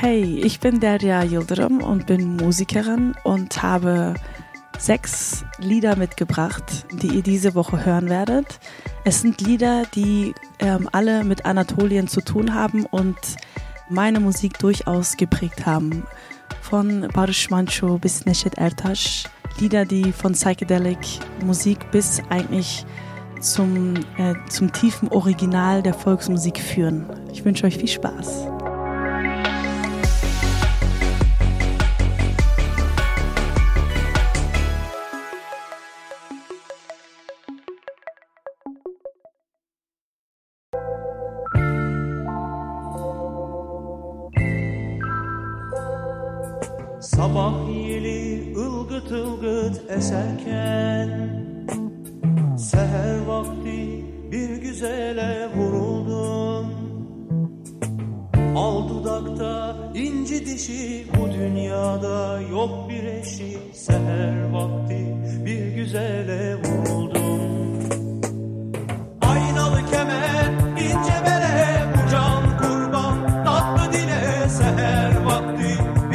Hey, ich bin Derya Yildirim und bin Musikerin und habe 6 Lieder mitgebracht, die ihr diese Woche hören werdet. Es sind Lieder, die alle mit Anatolien zu tun haben und meine Musik durchaus geprägt haben. Von Barış Manço bis Neşet Ertaş, Lieder, die von Psychedelic Musik bis eigentlich zum tiefen Original der Volksmusik führen. Ich wünsche euch viel Spaß. Sabah yeli ılgıt ılgıt eserken seher vakti bir güzele vuruldum. Al dudakta inci dişi bu dünyada yok bir eşi. Seher vakti bir güzele vuruldum. Aynalı kemer ince bere bu can kurban tatlı dile seher vakti.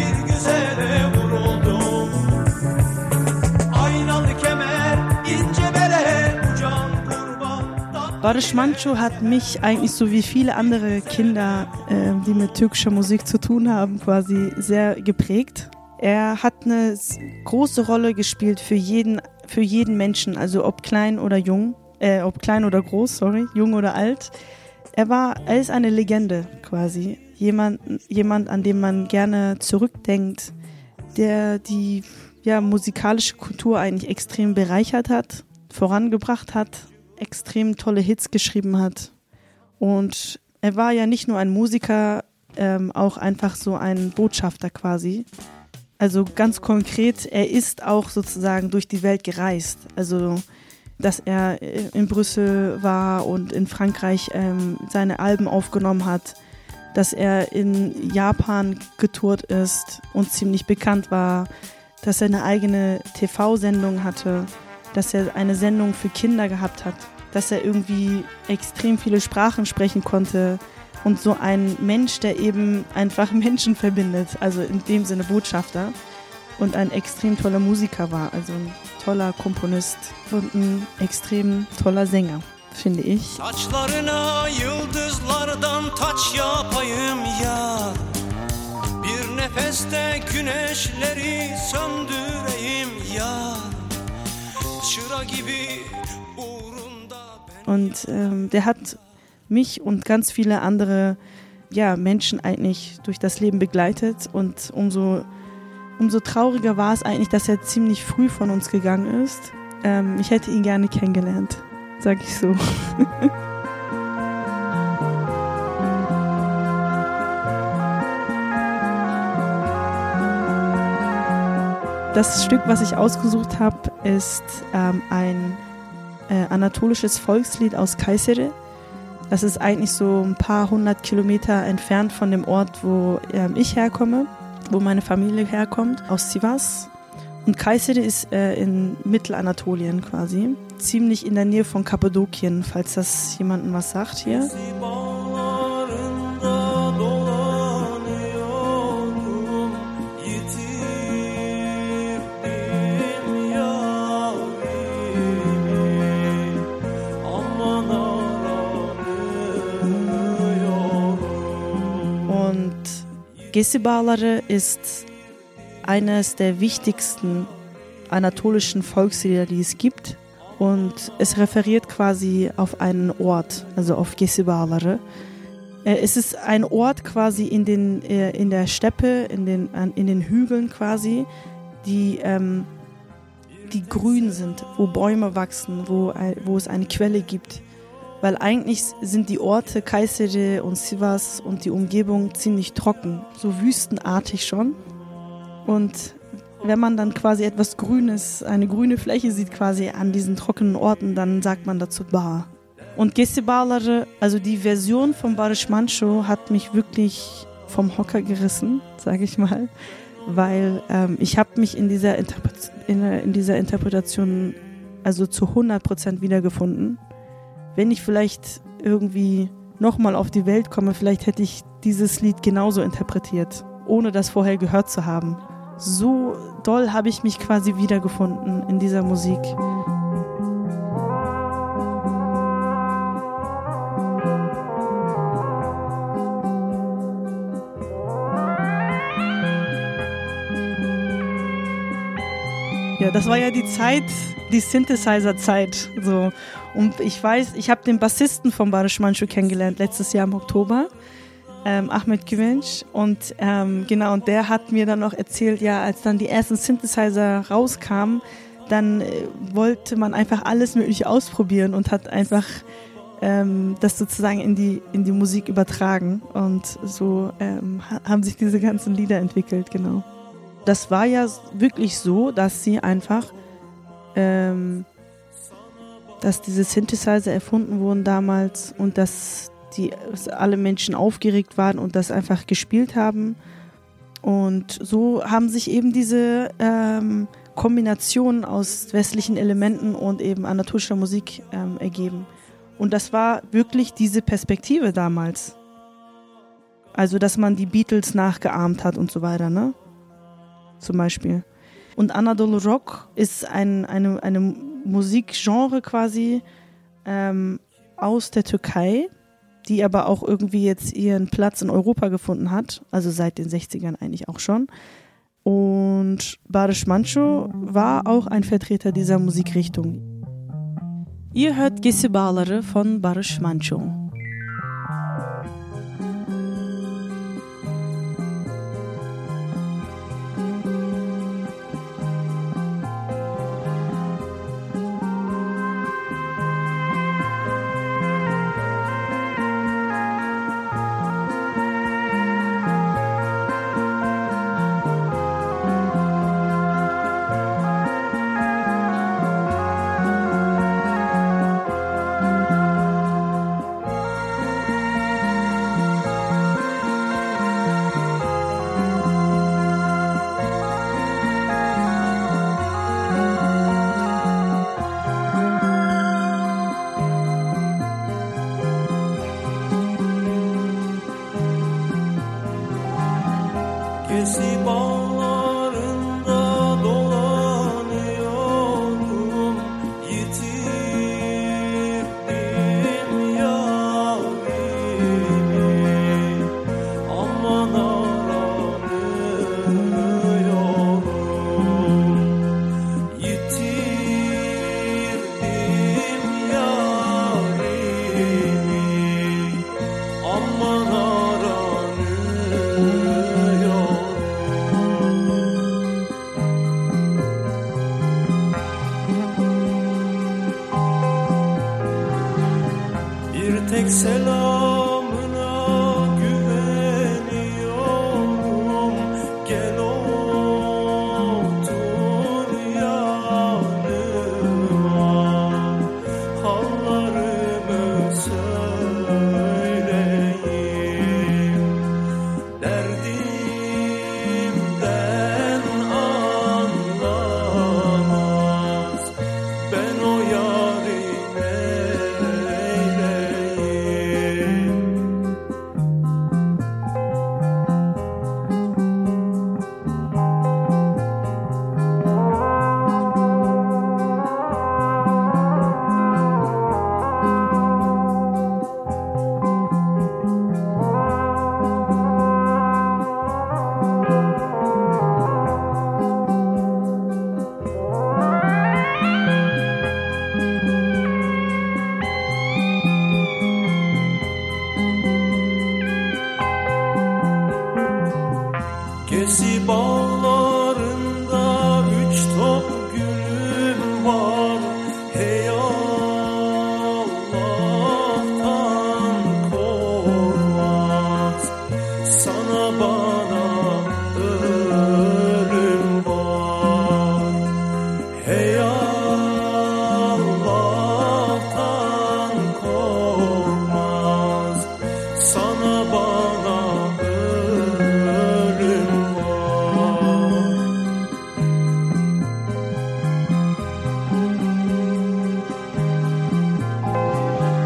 Barış Manço hat mich eigentlich so wie viele andere Kinder, die mit türkischer Musik zu tun haben, quasi sehr geprägt. Er hat eine große Rolle gespielt für jeden Menschen, also ob klein oder groß, jung oder alt. Er ist eine Legende quasi. Jemand, an dem man gerne zurückdenkt, der die musikalische Kultur eigentlich extrem bereichert hat, vorangebracht hat, extrem tolle Hits geschrieben hat. Und er war ja nicht nur ein Musiker, auch einfach so ein Botschafter quasi. Also ganz konkret, er ist auch sozusagen durch die Welt gereist. Also, dass er in Brüssel war und in Frankreich seine Alben aufgenommen hat, dass er in Japan getourt ist und ziemlich bekannt war, dass er eine eigene TV-Sendung hatte, dass er eine Sendung für Kinder gehabt hat, dass er irgendwie extrem viele Sprachen sprechen konnte und so ein Mensch, der eben einfach Menschen verbindet, also in dem Sinne Botschafter und ein extrem toller Musiker war, also ein toller Komponist und ein extrem toller Sänger, finde ich. Saçlarına yıldızlardan taç yapayım ya. Bir nefeste güneşleri söndüreyim ya. Çıra gibi uğrunda. Und der hat mich und ganz viele andere Menschen eigentlich durch das Leben begleitet und umso trauriger war es eigentlich, dass er ziemlich früh von uns gegangen ist. Ich hätte ihn gerne kennengelernt, sag ich so. Das Stück, was ich ausgesucht habe, ist ein anatolisches Volkslied aus Kayseri. Das ist eigentlich so ein paar 100 Kilometer entfernt von dem Ort, wo ich herkomme, wo meine Familie herkommt, aus Sivas. Und Kayseri ist in Mittelanatolien quasi, ziemlich in der Nähe von Kappadokien, falls das jemandem was sagt hier. Gezi Bağları ist eines der wichtigsten anatolischen Volkslieder, die es gibt. Und es referiert quasi auf einen Ort, also auf Gezi Bağları. Es ist ein Ort quasi in der Steppe, in den Hügeln quasi, die grün sind, wo Bäume wachsen, wo es eine Quelle gibt. Weil eigentlich sind die Orte Kayseri und Sivas und die Umgebung ziemlich trocken, so wüstenartig schon. Und wenn man dann quasi etwas Grünes, eine grüne Fläche sieht quasi an diesen trockenen Orten, dann sagt man dazu Bağ. Und Gezi Bağları, also die Version von Barış Manço, hat mich wirklich vom Hocker gerissen, sage ich mal, weil ich habe mich in dieser Interpretation also zu 100% wiedergefunden. Wenn ich vielleicht irgendwie nochmal auf die Welt komme, vielleicht hätte ich dieses Lied genauso interpretiert. ohne das vorher gehört zu haben. So doll habe ich mich quasi wiedergefunden in dieser Musik. Ja, das war ja die Zeit, die Synthesizer-Zeit. So. Und ich weiß, ich habe den Bassisten von Barış Manço kennengelernt, letztes Jahr im Oktober, Ahmet Güvenç. Und genau, und der hat mir dann noch erzählt, ja, als dann die ersten Synthesizer rauskamen, dann wollte man einfach alles Mögliche ausprobieren und hat einfach das sozusagen in die Musik übertragen. Und so haben sich diese ganzen Lieder entwickelt, genau. Das war ja wirklich so, dass sie einfach, dass diese Synthesizer erfunden wurden damals und dass alle Menschen aufgeregt waren und das einfach gespielt haben. Und so haben sich eben diese Kombinationen aus westlichen Elementen und eben anatolischer Musik ergeben. Und das war wirklich diese Perspektive damals. Also, dass man die Beatles nachgeahmt hat und so weiter, ne? Zum Beispiel. Und Anadolu Rock ist eine Musikgenre quasi aus der Türkei, die aber auch irgendwie jetzt ihren Platz in Europa gefunden hat, also seit den 60ern eigentlich auch schon. Und Barış Manço war auch ein Vertreter dieser Musikrichtung. Ihr hört Gezi Bağları von Barış Manço. Gezi bağlarında dolanıyorum, yitirdim yarimi, aman aranıyorum, yitirdim yarimi, aman tek selamına güveniyorum. Gel otur yanıma, hallarımı söyleyeyim. Derdimden anlamaz, ben o yarime Gezi bağlarında 3 top gülüm var. Hey Allah'tan korkmaz, sana bana ölüm var. Hey Allah'tan korkmaz, sana bana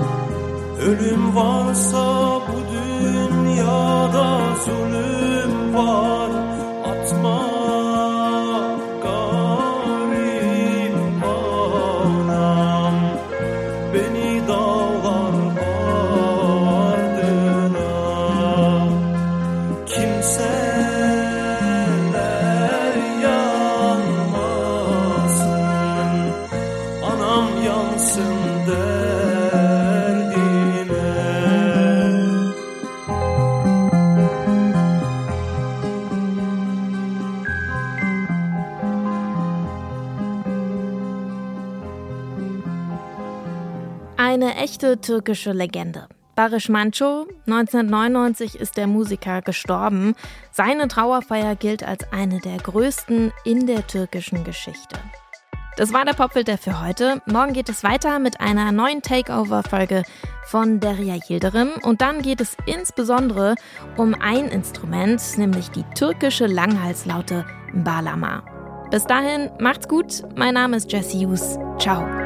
ölüm varsa bu dünyada zulüm var atma garip anam beni dağlar ardına kimseler yanmasın anam yansın derdime. Eine echte türkische Legende. Barış Manço, 1999 ist der Musiker gestorben. Seine Trauerfeier gilt als eine der größten in der türkischen Geschichte. Das war der Popfilter für heute. Morgen geht es weiter mit einer neuen Takeover-Folge von Derya Yildirim. Und dann geht es insbesondere um ein Instrument, nämlich die türkische Langhalslaute Bağlama. Bis dahin, macht's gut. Mein Name ist Jessie Hughes. Ciao.